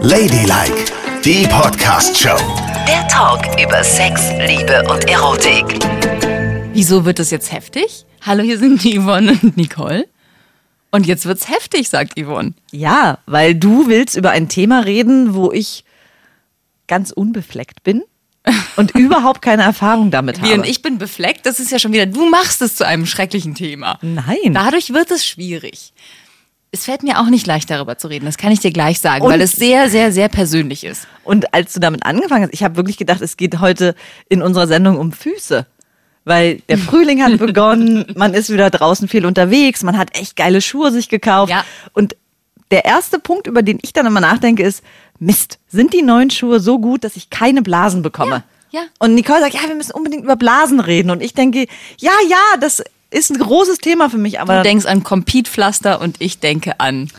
Ladylike, die Podcast-Show. Der Talk über Sex, Liebe und Erotik. Wieso wird es jetzt heftig? Hallo, hier sind die Yvonne und Nicole. Und jetzt wird's heftig, sagt Yvonne. Ja, weil du willst über ein Thema reden, wo ich ganz unbefleckt bin und überhaupt keine Erfahrung damit habe. Und ich bin befleckt, das ist ja schon wieder, du machst es zu einem schrecklichen Thema. Nein. Dadurch wird es schwierig. Es fällt mir auch nicht leicht, darüber zu reden, das kann ich dir gleich sagen, Und- weil es sehr, sehr, sehr persönlich ist. Und als du damit angefangen hast, ich habe wirklich gedacht, es geht heute in unserer Sendung um Füße. Weil der Frühling hat begonnen, man ist wieder draußen viel unterwegs, man hat echt geile Schuhe sich gekauft. Ja. Und der erste Punkt, über den ich dann immer nachdenke, ist, Mist, sind die neuen Schuhe so gut, dass ich keine Blasen bekomme? Ja, ja. Und Nicole sagt, ja, wir müssen unbedingt über Blasen reden. Und ich denke, ja, das ist ein großes Thema für mich. Aber Du denkst an Compete-Pflaster und ich denke an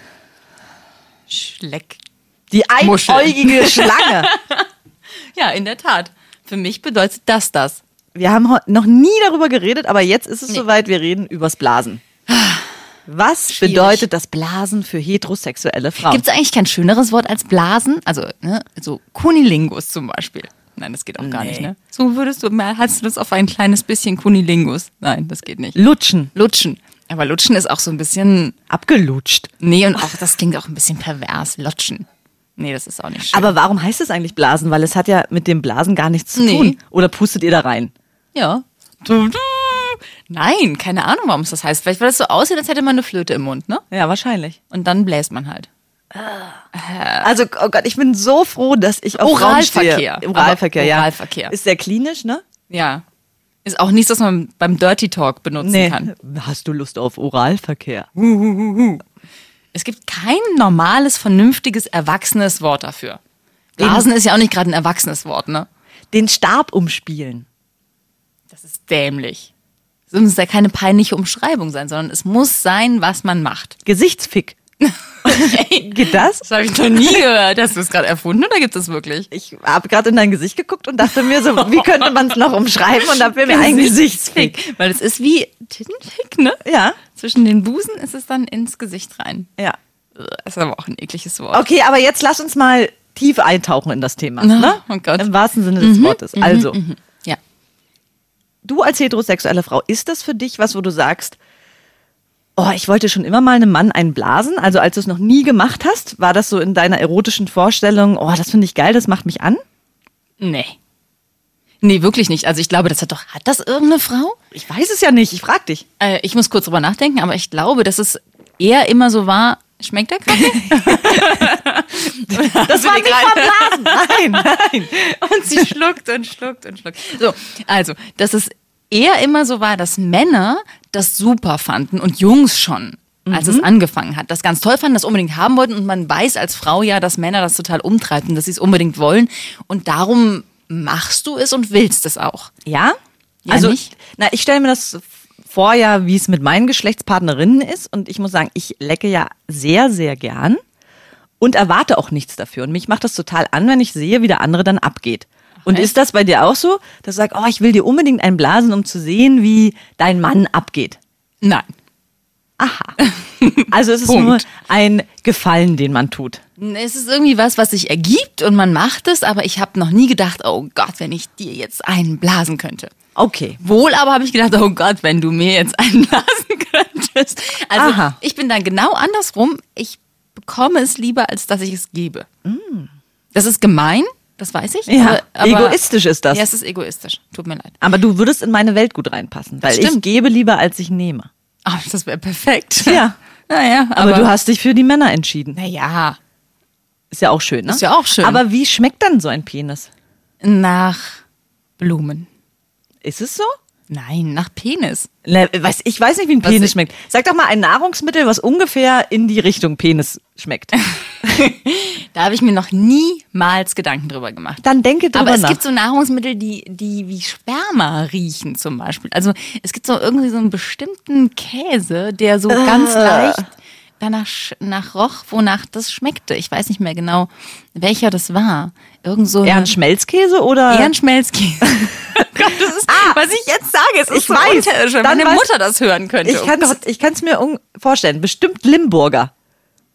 Schleck. die Muscheln. einäugige Schlange. Ja, in der Tat. Für mich bedeutet das. Wir haben noch nie darüber geredet, aber jetzt ist es soweit, wir reden übers Blasen. Was Schwierig. bedeutet das Blasen für heterosexuelle Frauen? Gibt es eigentlich kein schöneres Wort als Blasen? Also, ne, so Kunilingus zum Beispiel. Nein, das geht auch gar nicht, ne? So hast du das auf ein kleines bisschen Kunilingus? Nein, das geht nicht. Lutschen. Lutschen. Aber Lutschen ist auch so ein bisschen, Abgelutscht. nee, und auch, das klingt auch ein bisschen pervers. Lutschen. Nee, das ist auch nicht schön. Aber warum heißt es eigentlich Blasen? Weil es hat ja mit dem Blasen gar nichts zu Nee. tun. Oder pustet ihr da rein? ja. Nein, keine Ahnung, warum es das heißt. Vielleicht, weil es so aussieht, als hätte man eine Flöte im Mund, ne? Ja, wahrscheinlich. Und dann bläst man halt. Also, oh Gott, ich bin so froh, dass ich auf Frauen Oralverkehr. stehe. Oralverkehr, Aber ja. Oralverkehr. Ist sehr klinisch, ne? Ja. Ist auch nichts, was man beim Dirty Talk benutzen kann. Hast du Lust auf Oralverkehr? Es gibt kein normales, vernünftiges, erwachsenes Wort dafür. Blasen ist ja auch nicht gerade ein erwachsenes Wort, ne? Den Stab umspielen. Das ist dämlich. Es muss ja keine peinliche Umschreibung sein, sondern es muss sein, was man macht. Gesichtsfick. Geht das? Das habe ich noch nie gehört. Hast du es gerade erfunden oder gibt es wirklich? Ich habe gerade in dein Gesicht geguckt und dachte mir so, wie könnte man es noch umschreiben? Und da wäre mir ein Gesichtsfick. Weil es ist wie Tittenfick, ne? Ja, Zwischen den Busen ist es dann ins Gesicht rein. ja. Das ist aber auch ein ekliges Wort. Okay, aber jetzt lass uns mal tief eintauchen in das Thema. Ne? Oh Gott. Im wahrsten Sinne des Wortes. Also, Ja. du als heterosexuelle Frau, ist das für dich was, wo du sagst, oh, ich wollte schon immer mal einem Mann einen blasen? Also als du es noch nie gemacht hast, war das so in deiner erotischen Vorstellung, oh, das finde ich geil, das macht mich an? Nee. Nee, wirklich nicht. Also ich glaube, hat das irgendeine Frau? Ich weiß es ja nicht, ich frag dich. Ich muss kurz drüber nachdenken, aber ich glaube, dass es eher immer so war. Schmeckt der Kaffee? Das war nicht verblasen. Nein. Und sie schluckt und schluckt und schluckt. So, also, dass es eher immer so war, dass Männer das super fanden und Jungs schon, als es angefangen hat, das ganz toll fanden, das unbedingt haben wollten und man weiß als Frau ja, dass Männer das total umtreibt und dass sie es unbedingt wollen und darum machst du es und willst es auch. Ja? Ja, Also, nicht? ich stelle mir das vor, ja, wie es mit meinen Geschlechtspartnerinnen ist. Und ich muss sagen, ich lecke ja sehr, sehr gern und erwarte auch nichts dafür. Und mich macht das total an, wenn ich sehe, wie der andere dann abgeht. Und echt? ist das bei dir auch so, dass du sagst, oh, ich will dir unbedingt einen blasen, um zu sehen, wie dein Mann abgeht? Nein. Aha. Also es ist Punkt. nur ein Gefallen, den man tut. Es ist irgendwie was sich ergibt und man macht es, aber ich habe noch nie gedacht, oh Gott, wenn ich dir jetzt einen blasen könnte. Okay. Wohl aber habe ich gedacht, oh Gott, wenn du mir jetzt einen blasen könntest. Also Aha. ich bin dann genau andersrum. Ich bekomme es lieber, als dass ich es gebe. Das ist gemein, das weiß ich. Ja, aber egoistisch ist das. Ja, es ist egoistisch. Tut mir leid. Aber du würdest in meine Welt gut reinpassen, weil ich Stimmt. gebe lieber, als ich nehme. Ach, das wäre perfekt. Ja. Naja, Aber du hast dich für die Männer entschieden. Naja, Ist ja auch schön, ne? Ist ja auch schön. Aber wie schmeckt dann so ein Penis? nach Blumen. Ist es so? Nein, nach Penis. Ich weiß nicht, wie ein Was Penis ich- schmeckt. Sag doch mal ein Nahrungsmittel, was ungefähr in die Richtung Penis schmeckt. Da habe ich mir noch niemals Gedanken drüber gemacht. Dann denke drüber Aber es nach. gibt so Nahrungsmittel, die wie Sperma riechen zum Beispiel. Also es gibt so irgendwie so einen bestimmten Käse, der so ganz leicht danach roch, wonach das schmeckte. Ich weiß nicht mehr genau, welcher das war. Irgend so Eher ein Schmelzkäse oder? eher ein Schmelzkäse. Gott, das ist, was ich jetzt sage, es ist ich so weiß. unterirdisch, wenn Dann meine weiß- Mutter das hören könnte. Oh Gott. Ich kann es mir vorstellen. Bestimmt Limburger.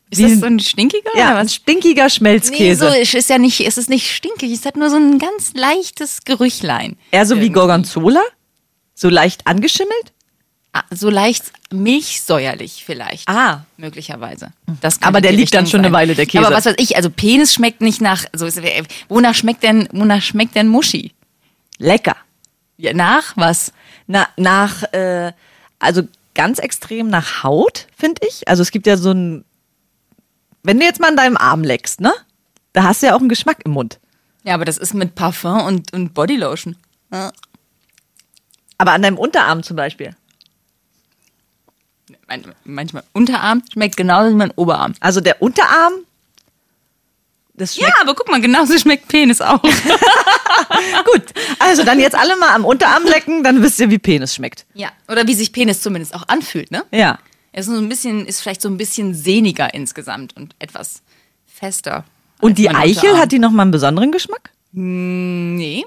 Ist das so ein stinkiger Ja, oder ein was? stinkiger Nee, Schmelzkäse. so ist ja nicht, es ist nicht stinkig, es hat nur so ein ganz leichtes Gerüchlein. Eher so wie Irgendwie. Gorgonzola? So leicht angeschimmelt? So leicht milchsäuerlich vielleicht. Möglicherweise. Das könnte Aber der die liegt dann Richtung schon eine sein. Weile, der Käse. Aber was weiß ich, also Penis schmeckt nicht nach, wonach schmeckt denn Muschi? Lecker. Ja, nach was? Also ganz extrem nach Haut, finde ich. Also es gibt ja so ein, wenn du jetzt mal an deinem Arm leckst, ne? Da hast du ja auch einen Geschmack im Mund. Ja, aber das ist mit Parfum und Bodylotion. Ja. Aber an deinem Unterarm zum Beispiel. Manchmal Unterarm schmeckt genauso wie mein Oberarm. Also der Unterarm, das Ja, schmeckt aber guck mal, genauso schmeckt Penis auch. gut. Also dann jetzt alle mal am Unterarm lecken, dann wisst ihr, wie Penis schmeckt. Ja, oder wie sich Penis zumindest auch anfühlt, ne? Ja. Er ist so ein bisschen, ist vielleicht so ein bisschen sehniger insgesamt und etwas fester. Und als die mein Eichel, Unterarm. hat die nochmal einen besonderen Geschmack? Nee,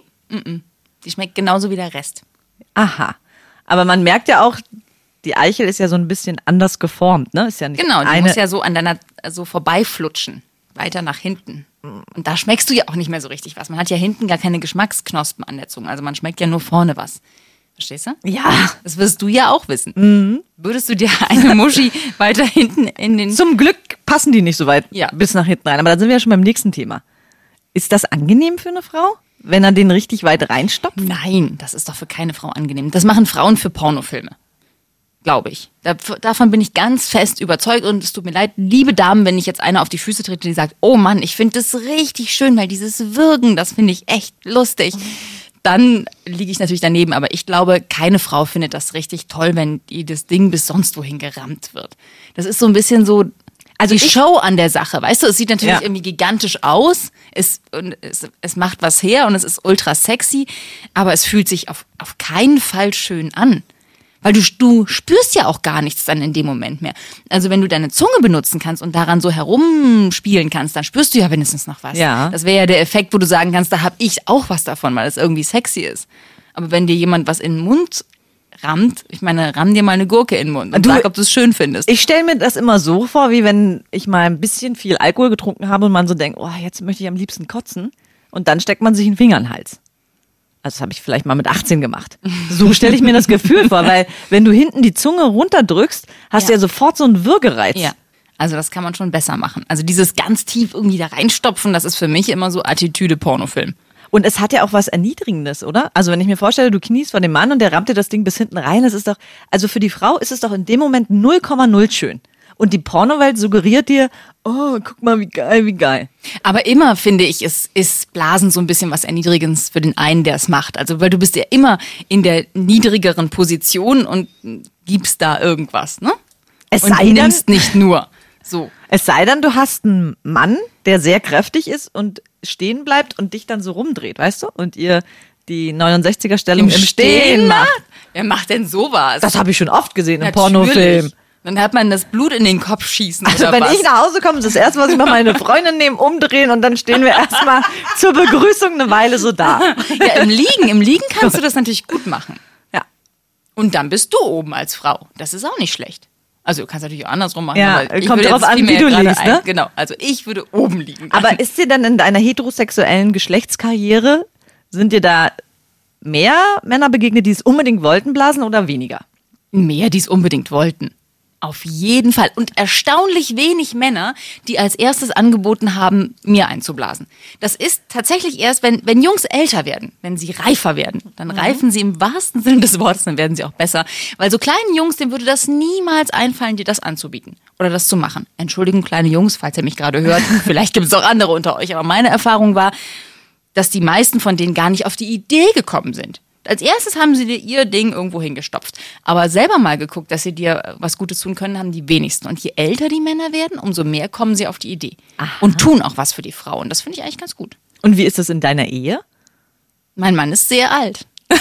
die schmeckt genauso wie der Rest. Aha. Aber man merkt ja auch, die Eichel ist ja so ein bisschen anders geformt, ne? Ist ja nicht Genau, die eine. muss ja so an deiner, so vorbeiflutschen. Weiter nach hinten. Und da schmeckst du ja auch nicht mehr so richtig was. Man hat ja hinten gar keine Geschmacksknospen an der Zunge. Also man schmeckt ja nur vorne was. Verstehst du? Ja. Das wirst du ja auch wissen. Würdest du dir eine Muschi weiter hinten in den... Zum Glück passen die nicht so weit Ja. bis nach hinten rein. Aber da sind wir ja schon beim nächsten Thema. Ist das angenehm für eine Frau, wenn er den richtig weit reinstopft? Nein, das ist doch für keine Frau angenehm. Das machen Frauen für Pornofilme. Glaube ich. Davon bin ich ganz fest überzeugt und es tut mir leid, liebe Damen, wenn ich jetzt einer auf die Füße trete, die sagt, oh Mann, ich finde das richtig schön, weil dieses Würgen, das finde ich echt lustig. Dann liege ich natürlich daneben, aber ich glaube, keine Frau findet das richtig toll, wenn ihr das Ding bis sonst wohin gerammt wird. Das ist so ein bisschen so, also die Show an der Sache, weißt du, es sieht natürlich Ja. irgendwie gigantisch aus, es macht was her und es ist ultra sexy, aber es fühlt sich auf keinen Fall schön an. Weil du spürst ja auch gar nichts dann in dem Moment mehr. Also wenn du deine Zunge benutzen kannst und daran so herumspielen kannst, dann spürst du ja wenigstens noch was. Ja. Das wäre ja der Effekt, wo du sagen kannst, da habe ich auch was davon, weil es irgendwie sexy ist. Aber wenn dir jemand was in den Mund rammt, ich meine, ramm dir mal eine Gurke in den Mund und sag, ob du es schön findest. Ich stelle mir das immer so vor, wie wenn ich mal ein bisschen viel Alkohol getrunken habe und man so denkt, oh, jetzt möchte ich am liebsten kotzen. Und dann steckt man sich einen Finger in den Hals. Also das habe ich vielleicht mal mit 18 gemacht. So stelle ich mir das Gefühl vor, weil wenn du hinten die Zunge runterdrückst, hast du ja sofort so einen Würgereiz. Ja. Also das kann man schon besser machen. Also dieses ganz tief irgendwie da reinstopfen, das ist für mich immer so Attitüde Pornofilm. Und es hat ja auch was Erniedrigendes, oder? Also wenn ich mir vorstelle, du kniest vor dem Mann und der rammt dir das Ding bis hinten rein, das ist doch, also für die Frau ist es doch in dem Moment 0,0 schön. Und die Pornowelt suggeriert dir, oh, guck mal, wie geil, wie geil. Aber immer, finde ich, ist Blasen so ein bisschen was Erniedrigendes für den einen, der es macht. Also, weil du bist ja immer in der niedrigeren Position und gibst da irgendwas, ne? Es Und sei denn, nimmst nicht nur. So. es sei denn, du hast einen Mann, der sehr kräftig ist und stehen bleibt und dich dann so rumdreht, weißt du? Und ihr die 69er-Stellung im Stehen macht. Wer macht denn sowas? Das habe ich schon oft gesehen im Natürlich. Pornofilm. Dann hat man das Blut in den Kopf schießen Also oder wenn was? ich nach Hause komme, ist das erste, was ich mache, meine Freundin nehmen, umdrehen und dann stehen wir erstmal zur Begrüßung eine Weile so da. Ja, im Liegen kannst du das natürlich gut machen. Ja. Und dann bist du oben als Frau. Das ist auch nicht schlecht. Also du kannst natürlich auch andersrum machen. Ja, aber ich kommt würde drauf jetzt an, viel wie mehr du gerade liegst, ne? Genau, also ich würde oben liegen. Aber ist dir dann in deiner heterosexuellen Geschlechtskarriere, sind dir da mehr Männer begegnet, die es unbedingt wollten, blasen oder weniger? Mehr, die es unbedingt wollten. Auf jeden Fall. Und erstaunlich wenig Männer, die als erstes angeboten haben, mir einzublasen. Das ist tatsächlich erst, wenn Jungs älter werden, wenn sie reifer werden, dann reifen sie im wahrsten Sinne des Wortes, dann werden sie auch besser. Weil so kleinen Jungs, denen würde das niemals einfallen, dir das anzubieten oder das zu machen. Entschuldigung, kleine Jungs, falls ihr mich gerade hört, vielleicht gibt es auch andere unter euch, aber meine Erfahrung war, dass die meisten von denen gar nicht auf die Idee gekommen sind. Als erstes haben sie dir ihr Ding irgendwo hingestopft. Aber selber mal geguckt, dass sie dir was Gutes tun können, haben die wenigsten. Und je älter die Männer werden, umso mehr kommen sie auf die Idee. Und tun auch was für die Frau. Und das finde ich eigentlich ganz gut. Und wie ist das in deiner Ehe? Mein Mann ist sehr alt.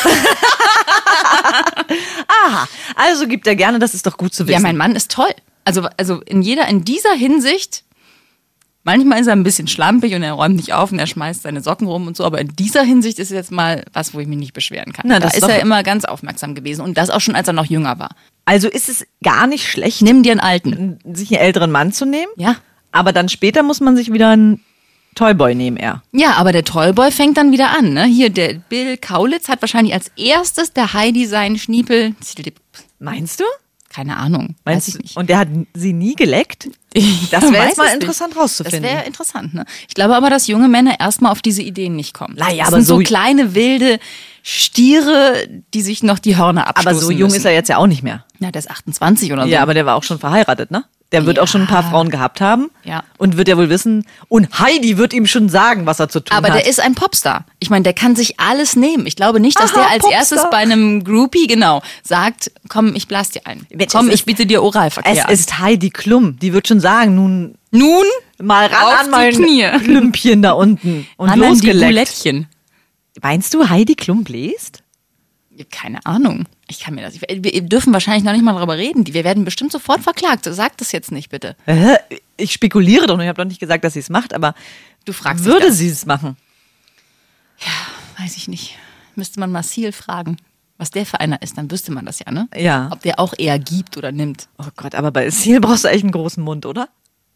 Aha, also gibt er gerne, das ist doch gut zu wissen. Ja, mein Mann ist toll. Also in dieser Hinsicht, manchmal ist er ein bisschen schlampig und er räumt nicht auf und er schmeißt seine Socken rum und so, aber in dieser Hinsicht ist es jetzt mal was, wo ich mich nicht beschweren kann. Na, Da das ist ist er doch- immer ganz aufmerksam gewesen und das auch schon, als er noch jünger war. Also ist es gar nicht schlecht, Nimm dir einen Alten. sich einen älteren Mann zu nehmen? Ja. Aber dann später muss man sich wieder einen Toyboy nehmen, eher. Ja, aber der Toyboy fängt dann wieder an, ne? Hier, der Bill Kaulitz hat wahrscheinlich als erstes der Heidi seinen Schniepel. Meinst du? Keine Ahnung. Meinst weiß du? ich nicht. Und der hat sie nie geleckt? Das Ja, wäre weiß jetzt mal es interessant nicht. rauszufinden. Das wäre interessant, ne? Ich glaube aber, dass junge Männer erstmal auf diese Ideen nicht kommen. Naja, das aber sind so so kleine, wilde Stiere, die sich noch die Hörner abstoßen Aber so jung müssen. ist er jetzt ja auch nicht mehr. Ja, der ist 28 oder so. Ja, aber der war auch schon verheiratet, ne? Der wird Ja. auch schon ein paar Frauen gehabt haben. Ja. Und wird ja wohl wissen. Und Heidi wird ihm schon sagen, was er zu tun Aber hat. der ist ein Popstar. Ich meine, der kann sich alles nehmen. Ich glaube nicht, dass Aha, der als Popstar. erstes bei einem Groupie, sagt, komm, ich blas dir ein. Mensch, Komm, es ich ist- biete dir Oralverkehr Es an. ist Heidi Klum. Die wird schon sagen, nun Nun, mal ran Auf an die mein Knie. Klümpchen da unten. Und ran an die losgeleckt. Bulettchen. Meinst du, Heidi Klum bläst? Keine Ahnung. Ich kann mir das. Wir dürfen wahrscheinlich noch nicht mal darüber reden. Wir werden bestimmt sofort verklagt. Sag das jetzt nicht, bitte. Ich spekuliere doch nur. Ich habe doch nicht gesagt, dass sie es macht, aber Du fragst dich würde das. sie es machen? Weiß ich nicht. Müsste man Marcel fragen, was der für einer ist. Dann wüsste man das ja, ne? Ja. Ob der auch eher gibt oder nimmt. Oh Gott, aber bei Seal brauchst du echt einen großen Mund, oder?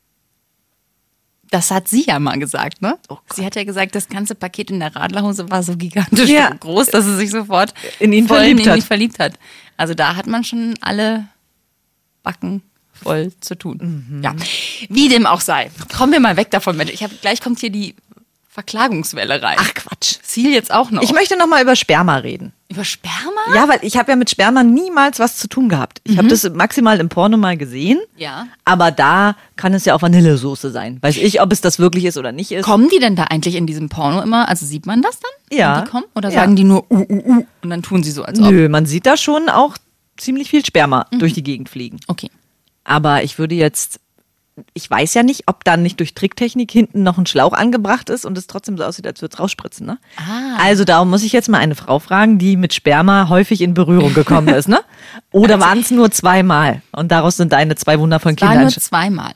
Das hat sie ja mal gesagt, ne? Oh Gott. Sie hat ja gesagt, das ganze Paket in der Radlerhose war so gigantisch Ja. groß, dass sie sich sofort In ihn voll verliebt in ihn hat. verliebt hat. Also da hat man schon alle Backen voll zu tun. Mhm. Ja. Wie dem auch sei. Kommen wir mal weg davon, Mensch. Gleich kommt hier die Verklagungswelle rein. Ach Quatsch. Ziel jetzt auch noch. Ich möchte noch mal über Sperma reden. Über Sperma? Ja, weil ich habe ja mit Sperma niemals was zu tun gehabt. Ich habe das maximal im Porno mal gesehen. Ja. Aber da kann es ja auch Vanillesoße sein. Weiß ich, ob es das wirklich ist oder nicht ist. Kommen die denn da eigentlich in diesem Porno immer? Also sieht man das dann? Ja. Wenn die kommen? Oder Ja. sagen die nur und dann tun sie so, als ob? Nö, man sieht da schon auch ziemlich viel Sperma durch die Gegend fliegen. Okay. Aber ich würde jetzt, ich weiß ja nicht, ob dann nicht durch Tricktechnik hinten noch ein Schlauch angebracht ist und es trotzdem so aussieht, als würde es rausspritzen. Ne? Ah. Also darum muss ich jetzt mal eine Frau fragen, die mit Sperma häufig in Berührung gekommen ist. Ne? Oder waren es nur zweimal? Und daraus sind deine zwei wundervollen War Kinder nur entstanden. zweimal.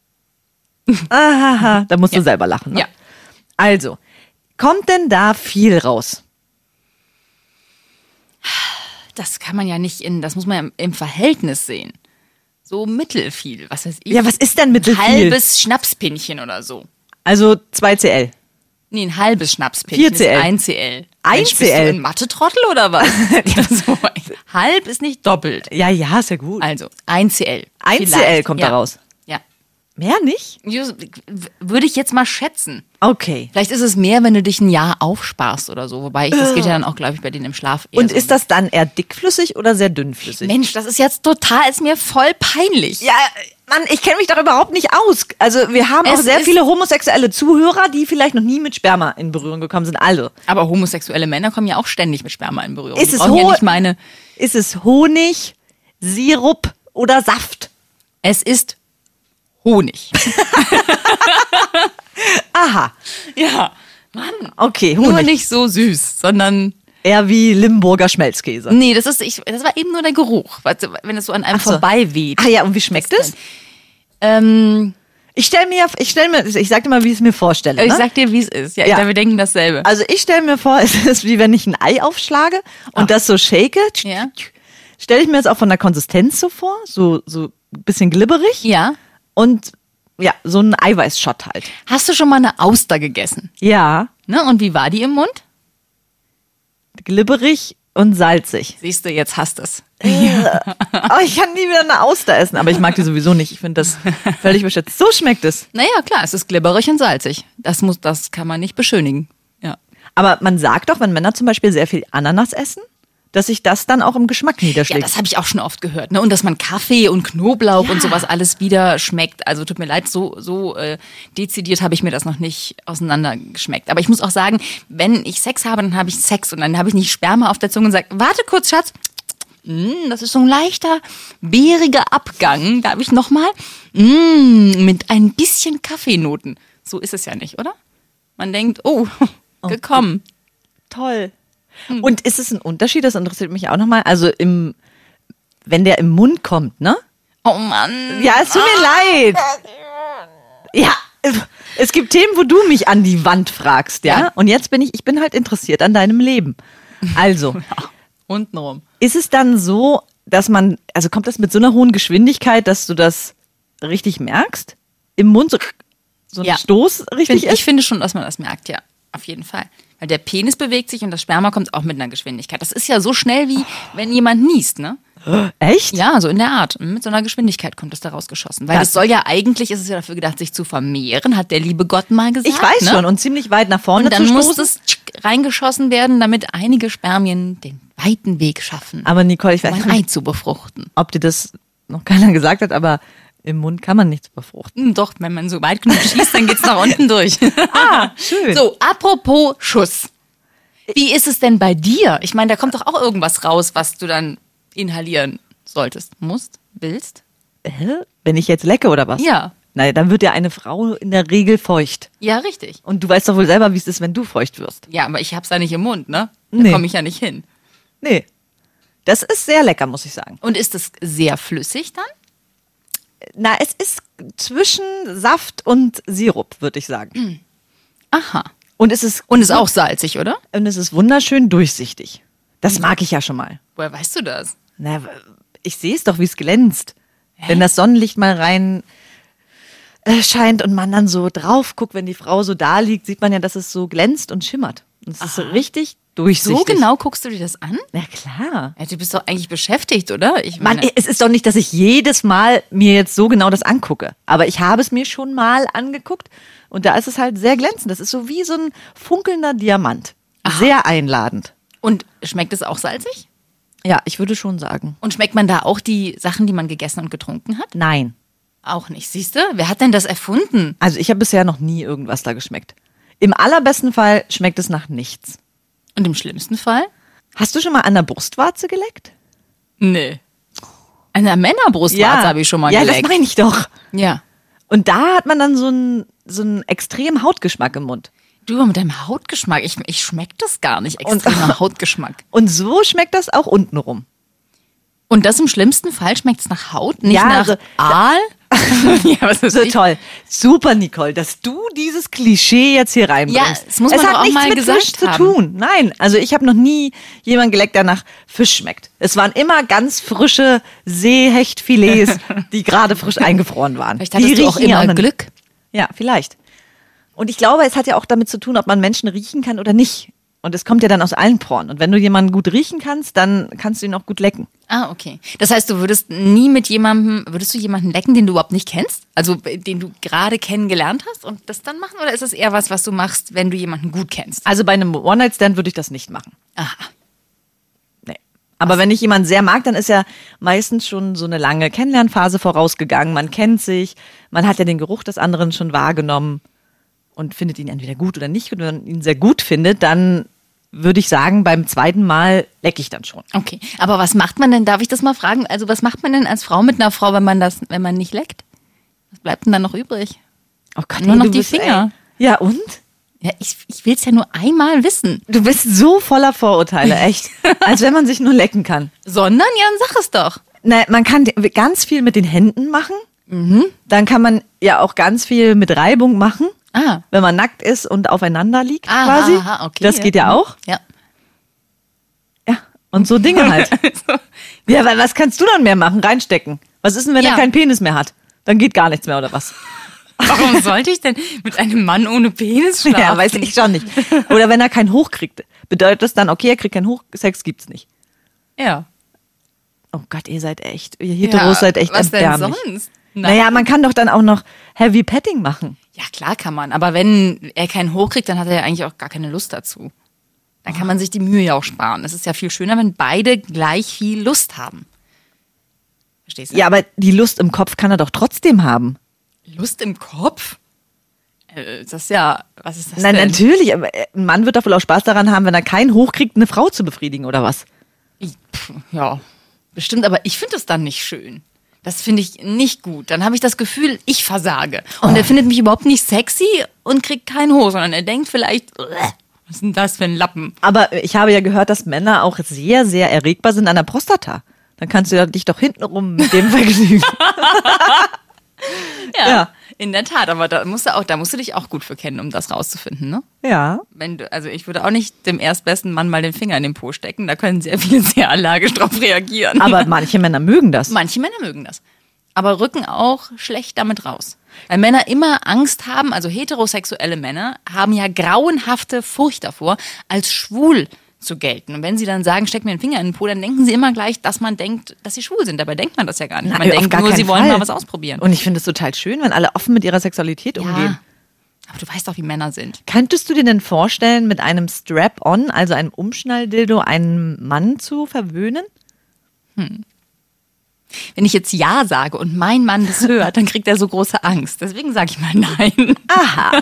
Ahaha, da musst du selber lachen. Ne? Ja. Also, kommt denn da viel raus? Das kann man ja nicht das muss man ja im Verhältnis sehen. So mittelfiel, was weiß ich. Ja, was ist denn mittelfiel? Halbes Schnapspinchen oder so. Also 2cl. Nee, ein halbes Schnapspinchen 4cl. ist 1cl. 1cl? Mensch, bist du ein Mathe-Trottel oder was? Ja, so, halb ist nicht doppelt. Ja, ja, ist ja gut. Also, 1cl. 1cl Vielleicht. kommt ja. da raus. Ja. Mehr nicht? Würde ich jetzt mal schätzen. Okay. Vielleicht ist es mehr, wenn du dich ein Jahr aufsparst oder so. Wobei das geht ja dann auch, glaube ich, bei denen im Schlaf eher Und so. ist das dann eher dickflüssig oder sehr dünnflüssig? Mensch, das ist jetzt total, ist mir voll peinlich. Ja, Mann, ich kenne mich doch überhaupt nicht aus. Also wir haben auch Es sehr ist- viele homosexuelle Zuhörer, die vielleicht noch nie mit Sperma in Berührung gekommen sind. Alle. Aber homosexuelle Männer kommen ja auch ständig mit Sperma in Berührung. Ist Die es brauchen ja ho- nicht meine. Ist es Honig, Sirup oder Saft? Es ist Honig. Aha, Ja. Mann. okay, Nur Honig. nicht so süß, sondern. Eher wie Limburger Schmelzkäse. Nee, das war eben nur der Geruch. Weißt du, wenn es so an einem Ach so. vorbei weht. Ah ja, und wie schmeckt es? Ähm, Ich sag dir mal, wie ich es mir vorstelle. ich Ne? sag dir, wie es ist. Ja, Ja. wir denken dasselbe. Also ich stelle mir vor, es ist wie wenn ich ein Ei aufschlage und das so shake. Ja. Stelle ich mir das auch von der Konsistenz so vor, so ein bisschen glibberig Ja. und ja, so ein Eiweißshot halt. Hast du schon mal eine Auster gegessen? Ja, Ne? Und wie war die im Mund? glibberig und salzig. Siehst du, jetzt hast es. Oh, ich kann nie wieder eine Auster essen, aber ich mag die sowieso nicht. Ich finde das völlig überschätzt. So schmeckt es. Naja, klar, es ist glibberig und salzig. Das kann man nicht beschönigen. Ja. Aber man sagt doch, wenn Männer zum Beispiel sehr viel Ananas essen, dass sich das dann auch im Geschmack Ja, niederschlägt. das habe ich auch schon oft gehört. Ne? Und dass man Kaffee und Knoblauch und sowas alles wieder schmeckt. Also tut mir leid, so dezidiert habe ich mir das noch nicht auseinandergeschmeckt. Aber ich muss auch sagen, wenn ich Sex habe, dann habe ich Sex und dann habe ich nicht Sperma auf der Zunge und sage, warte kurz, Schatz. Das ist so ein leichter, beeriger Abgang. Darf ich nochmal? Mit ein bisschen Kaffeenoten. So ist es ja nicht, oder? Man denkt, oh, gekommen. Toll. Und ist es ein Unterschied? Das interessiert mich auch nochmal. Also wenn der im Mund kommt, ne? Oh Mann. Ja, es tut mir leid. Ja, es gibt Themen, wo du mich an die Wand fragst, ja? Ja. Und jetzt bin ich bin halt interessiert an deinem Leben. Also, Untenrum. ist es dann so, dass kommt das mit so einer hohen Geschwindigkeit, dass du das richtig merkst? im Mund so ein Stoß richtig ist? Ich finde schon, dass man das merkt, ja. Auf jeden Fall. Weil der Penis bewegt sich und das Sperma kommt auch mit einer Geschwindigkeit. Das ist ja so schnell, wie wenn jemand niest, ne? Echt? Ja, so in der Art. Mit so einer Geschwindigkeit kommt das da rausgeschossen. Weil Ja. es soll ja eigentlich, ist es ja dafür gedacht, sich zu vermehren, hat der liebe Gott mal gesagt. Ich weiß ne? schon. Und ziemlich weit nach vorne Und dann zu muss stoßen. es reingeschossen werden, damit einige Spermien den weiten Weg schaffen, Aber Nicole, ich um weiß ein Ei nicht, zu befruchten. ob dir das noch keiner gesagt hat, aber im Mund kann man nichts befruchten. Doch, wenn man so weit genug schießt, dann geht's nach unten durch. Schön. So, apropos Schuss. Wie ist es denn bei dir? Ich meine, da kommt doch auch irgendwas raus, was du dann inhalieren solltest, musst, willst. Wenn ich jetzt lecke oder was? Ja. Naja, dann wird ja eine Frau in der Regel feucht. Ja, richtig. Und du weißt doch wohl selber, wie es ist, wenn du feucht wirst. Ja, aber ich hab's da nicht im Mund, ne? Da Nee. komme ich ja nicht hin. Nee. Das ist sehr lecker, muss ich sagen. Und ist es sehr flüssig dann? Na, es ist zwischen Saft und Sirup, würde ich sagen. Aha. Und es ist Und ist auch salzig, oder? und es ist wunderschön durchsichtig. Das mag ich ja schon mal. Woher weißt du das? Na, ich sehe es doch, wie es glänzt. Wenn das Sonnenlicht mal rein scheint und man dann so drauf guckt, wenn die Frau so da liegt, sieht man ja, dass es so glänzt und schimmert. Und es ist so richtig durchsichtig. So genau guckst du dir das an? Na klar. Ja, du bist doch eigentlich beschäftigt, oder? Ich Mann, meine, es ist doch nicht, dass ich jedes Mal mir jetzt so genau das angucke. Aber ich habe es mir schon mal angeguckt und da ist es halt sehr glänzend. Das ist so wie so ein funkelnder Diamant. Sehr einladend. und schmeckt es auch salzig? Ja, ich würde schon sagen. Und schmeckt man da auch die Sachen, die man gegessen und getrunken hat? Nein. Auch nicht. Siehst du? Wer hat denn das erfunden? Also ich habe bisher noch nie irgendwas da geschmeckt. Im allerbesten Fall schmeckt es nach nichts. Und im schlimmsten Fall? Hast du schon mal an der Brustwarze geleckt? Nee. An der Männerbrustwarze habe ich schon mal ja, geleckt. das meine ich doch. Ja. Und da hat man dann so einen extremen Hautgeschmack im Mund. Du, mit deinem Hautgeschmack, ich schmeck das gar nicht. Extremer Hautgeschmack. Und so schmeckt das auch untenrum. Und das im schlimmsten Fall schmeckt es nach Haut, nicht Ja, nach also- Aal? Ja, was ist So toll. Super, Nicole, dass du dieses Klischee jetzt hier reinbringst. Ja, das muss man es doch hat auch nichts mal mit gesagt Fisch zu haben. tun. Nein, also ich habe noch nie jemanden geleckt, der nach Fisch schmeckt. Es waren immer ganz frische Seehechtfilets, die gerade frisch eingefroren waren. Vielleicht hattest die du auch riechen ja immer noch nicht. Glück. Ja, vielleicht. Und ich glaube, es hat ja auch damit zu tun, ob man Menschen riechen kann oder nicht. Und es kommt ja dann aus allen Poren. Und wenn du jemanden gut riechen kannst, dann kannst du ihn auch gut lecken. Ah, okay. Das heißt, du würdest nie mit jemandem, würdest du jemanden lecken, den du überhaupt nicht kennst? Also, den du gerade kennengelernt hast und das dann machen? Oder ist das eher was du machst, wenn du jemanden gut kennst? Also bei einem One-Night-Stand würde ich das nicht machen. Aha. Nee. Aber wenn ich jemanden sehr mag, dann ist ja meistens schon so eine lange Kennenlernphase vorausgegangen. Man kennt sich, man hat ja den Geruch des anderen schon wahrgenommen und findet ihn entweder gut oder nicht. Und wenn man ihn sehr gut findet, dann würde ich sagen, beim zweiten Mal lecke ich dann schon. Okay. Aber was macht man denn, darf ich das mal fragen? Also, was macht man denn als Frau mit einer Frau, wenn man nicht leckt? Was bleibt denn dann noch übrig? Oh Gott, Nur noch du die bist, Finger. Ja, und? Ja, ich will es ja nur einmal wissen. Du bist so voller Vorurteile, echt. Als wenn man sich nur lecken kann. Sondern, ja, dann sag es doch. Na, man kann ganz viel mit den Händen machen. Dann kann man ja auch ganz viel mit Reibung machen. Ah. Wenn man nackt ist und aufeinander liegt, Ah, quasi. aha, okay, Das geht ja auch. Ja. Ja. Und so Dinge halt. Ja, weil was kannst du dann mehr machen? Reinstecken. Was ist denn, wenn Ja. er keinen Penis mehr hat? Dann geht gar nichts mehr, oder was? Warum sollte ich denn mit einem Mann ohne Penis schlafen? Ja, weiß ich schon nicht. Oder wenn er keinen Hoch kriegt, bedeutet das dann, okay, er kriegt keinen Hoch, Sex gibt's nicht. Ja. Oh Gott, ihr seid echt, ihr Heteros seid echt was denn erbärmlich. sonst? Naja, man kann doch dann auch noch Heavy Petting machen. Ja, klar kann man. Aber wenn er keinen hochkriegt, dann hat er ja eigentlich auch gar keine Lust dazu. Dann kann man sich die Mühe ja auch sparen. Es ist ja viel schöner, wenn beide gleich viel Lust haben. Verstehst du? Ja, aber die Lust im Kopf kann er doch trotzdem haben. Lust im Kopf? Das ist ja, was ist das Nein, denn? natürlich, aber ein Mann wird doch wohl auch Spaß daran haben, wenn er keinen hochkriegt, eine Frau zu befriedigen, oder was? Ja, bestimmt, aber ich finde es dann nicht schön. Das finde ich nicht gut. Dann habe ich das Gefühl, ich versage. Und er findet mich überhaupt nicht sexy und kriegt keinen hoch, sondern er denkt vielleicht, was ist denn das für ein Lappen? Aber ich habe ja gehört, dass Männer auch sehr, sehr erregbar sind an der Prostata. Dann kannst du dich doch hintenrum mit dem vergnügen. Ja. In der Tat, aber da musst du dich auch gut für kennen, um das rauszufinden, ne? Ja. Also ich würde auch nicht dem erstbesten Mann mal den Finger in den Po stecken, da können sehr viele sehr allergisch drauf reagieren. Aber manche Männer mögen das. manche Männer mögen das. aber rücken auch schlecht damit raus. Weil Männer immer Angst haben, also heterosexuelle Männer haben ja grauenhafte Furcht davor, als schwul zu gelten. Und wenn sie dann sagen, steck mir den Finger in den Po, dann denken sie immer gleich, dass man denkt, dass sie schwul sind. Dabei denkt man das ja gar nicht. Man denkt nur, sie wollen mal was ausprobieren. Und ich finde es total schön, wenn alle offen mit ihrer Sexualität umgehen. Aber du weißt doch, wie Männer sind. Könntest du dir denn vorstellen, mit einem Strap-on, also einem Umschnalldildo, einen Mann zu verwöhnen? Wenn ich jetzt Ja sage und mein Mann das hört, dann kriegt er so große Angst. Deswegen sage ich mal Nein. Aha.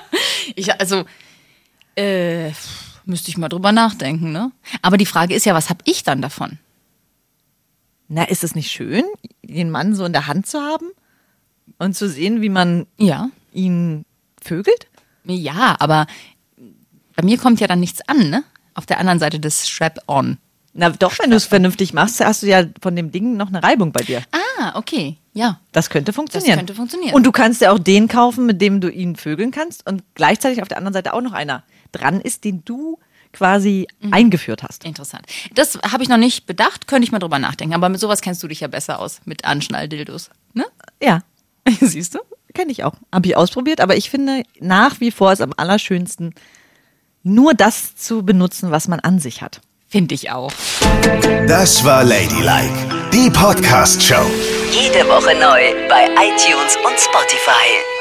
Müsste ich mal drüber nachdenken, ne? Aber die Frage ist ja, was habe ich dann davon? Na, ist es nicht schön, den Mann so in der Hand zu haben und zu sehen, wie man ihn vögelt? Ja, aber bei mir kommt ja dann nichts an, ne? Auf der anderen Seite des Strap-on. Na doch, wenn du es vernünftig machst, hast du ja von dem Ding noch eine Reibung bei dir. Ah, okay, ja. Das könnte funktionieren. Das könnte funktionieren. Und du kannst ja auch den kaufen, mit dem du ihn vögeln kannst und gleichzeitig auf der anderen Seite auch noch einer dran ist, den du quasi eingeführt hast. Interessant. Das habe ich noch nicht bedacht, könnte ich mal drüber nachdenken. Aber mit sowas kennst du dich ja besser aus, mit Anschnalldildos, ne? Ja, Siehst du? kenne ich auch. Habe ich ausprobiert, aber ich finde nach wie vor ist am allerschönsten, nur das zu benutzen, was man an sich hat. Finde ich auch. Das war Ladylike, die Podcast-Show. Jede Woche neu bei iTunes und Spotify.